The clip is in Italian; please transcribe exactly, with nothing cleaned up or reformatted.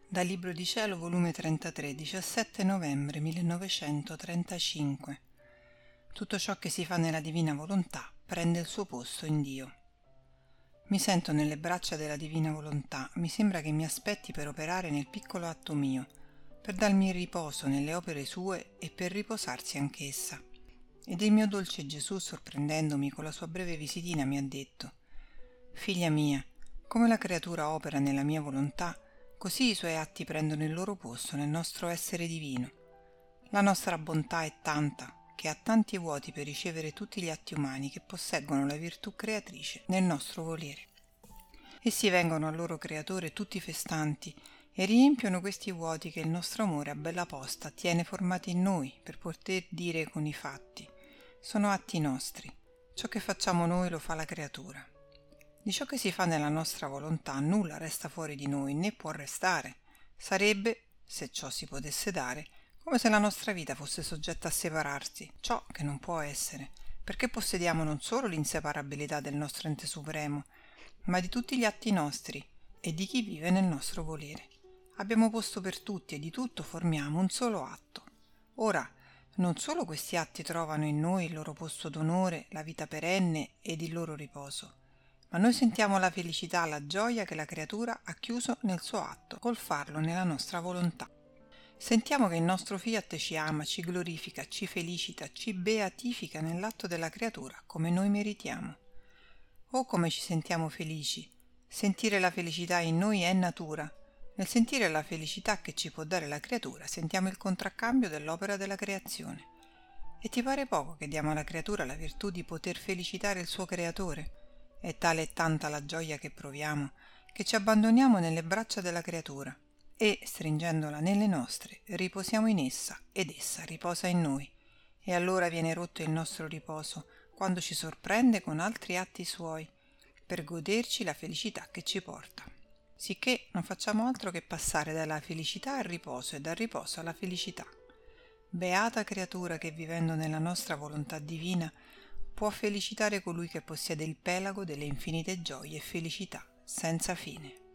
Dal Libro di Cielo, volume trentatré, diciassette novembre millenovecentotrentacinque. Tutto ciò che si fa nella divina volontà prende il suo posto in Dio. Mi sento nelle braccia della divina volontà, mi sembra che mi aspetti per operare nel piccolo atto mio, per darmi il riposo nelle opere sue e per riposarsi anch'essa. Ed il mio dolce Gesù, sorprendendomi con la sua breve visitina, mi ha detto: «Figlia mia, come la creatura opera nella mia volontà, così i suoi atti prendono il loro posto nel nostro essere divino. La nostra bontà è tanta che ha tanti vuoti per ricevere tutti gli atti umani che posseggono la virtù creatrice nel nostro volere. Essi vengono al loro creatore tutti festanti e riempiono questi vuoti che il nostro amore a bella posta tiene formati in noi per poter dire con i fatti: sono atti nostri, ciò che facciamo noi lo fa la creatura. Di ciò che si fa nella nostra volontà nulla resta fuori di noi, né può restare. Sarebbe, se ciò si potesse dare, come se la nostra vita fosse soggetta a separarsi, ciò che non può essere, perché possediamo non solo l'inseparabilità del nostro ente supremo, ma di tutti gli atti nostri e di chi vive nel nostro volere. Abbiamo posto per tutti e di tutto formiamo un solo atto. Ora, non solo questi atti trovano in noi il loro posto d'onore, la vita perenne ed il loro riposo, ma noi sentiamo la felicità, la gioia che la creatura ha chiuso nel suo atto, col farlo nella nostra volontà. Sentiamo che il nostro fiat ci ama, ci glorifica, ci felicita, ci beatifica nell'atto della creatura come noi meritiamo. Oh, come ci sentiamo felici! Sentire la felicità in noi è natura. Nel sentire la felicità che ci può dare la creatura, sentiamo il contraccambio dell'opera della creazione. E ti pare poco che diamo alla creatura la virtù di poter felicitare il suo creatore? È tale e tanta la gioia che proviamo, che ci abbandoniamo nelle braccia della creatura e, stringendola nelle nostre, riposiamo in essa ed essa riposa in noi. E allora viene rotto il nostro riposo quando ci sorprende con altri atti suoi, per goderci la felicità che ci porta. Sicché non facciamo altro che passare dalla felicità al riposo e dal riposo alla felicità. Beata creatura che, vivendo nella nostra volontà divina, può felicitare colui che possiede il pelago delle infinite gioie e felicità senza fine.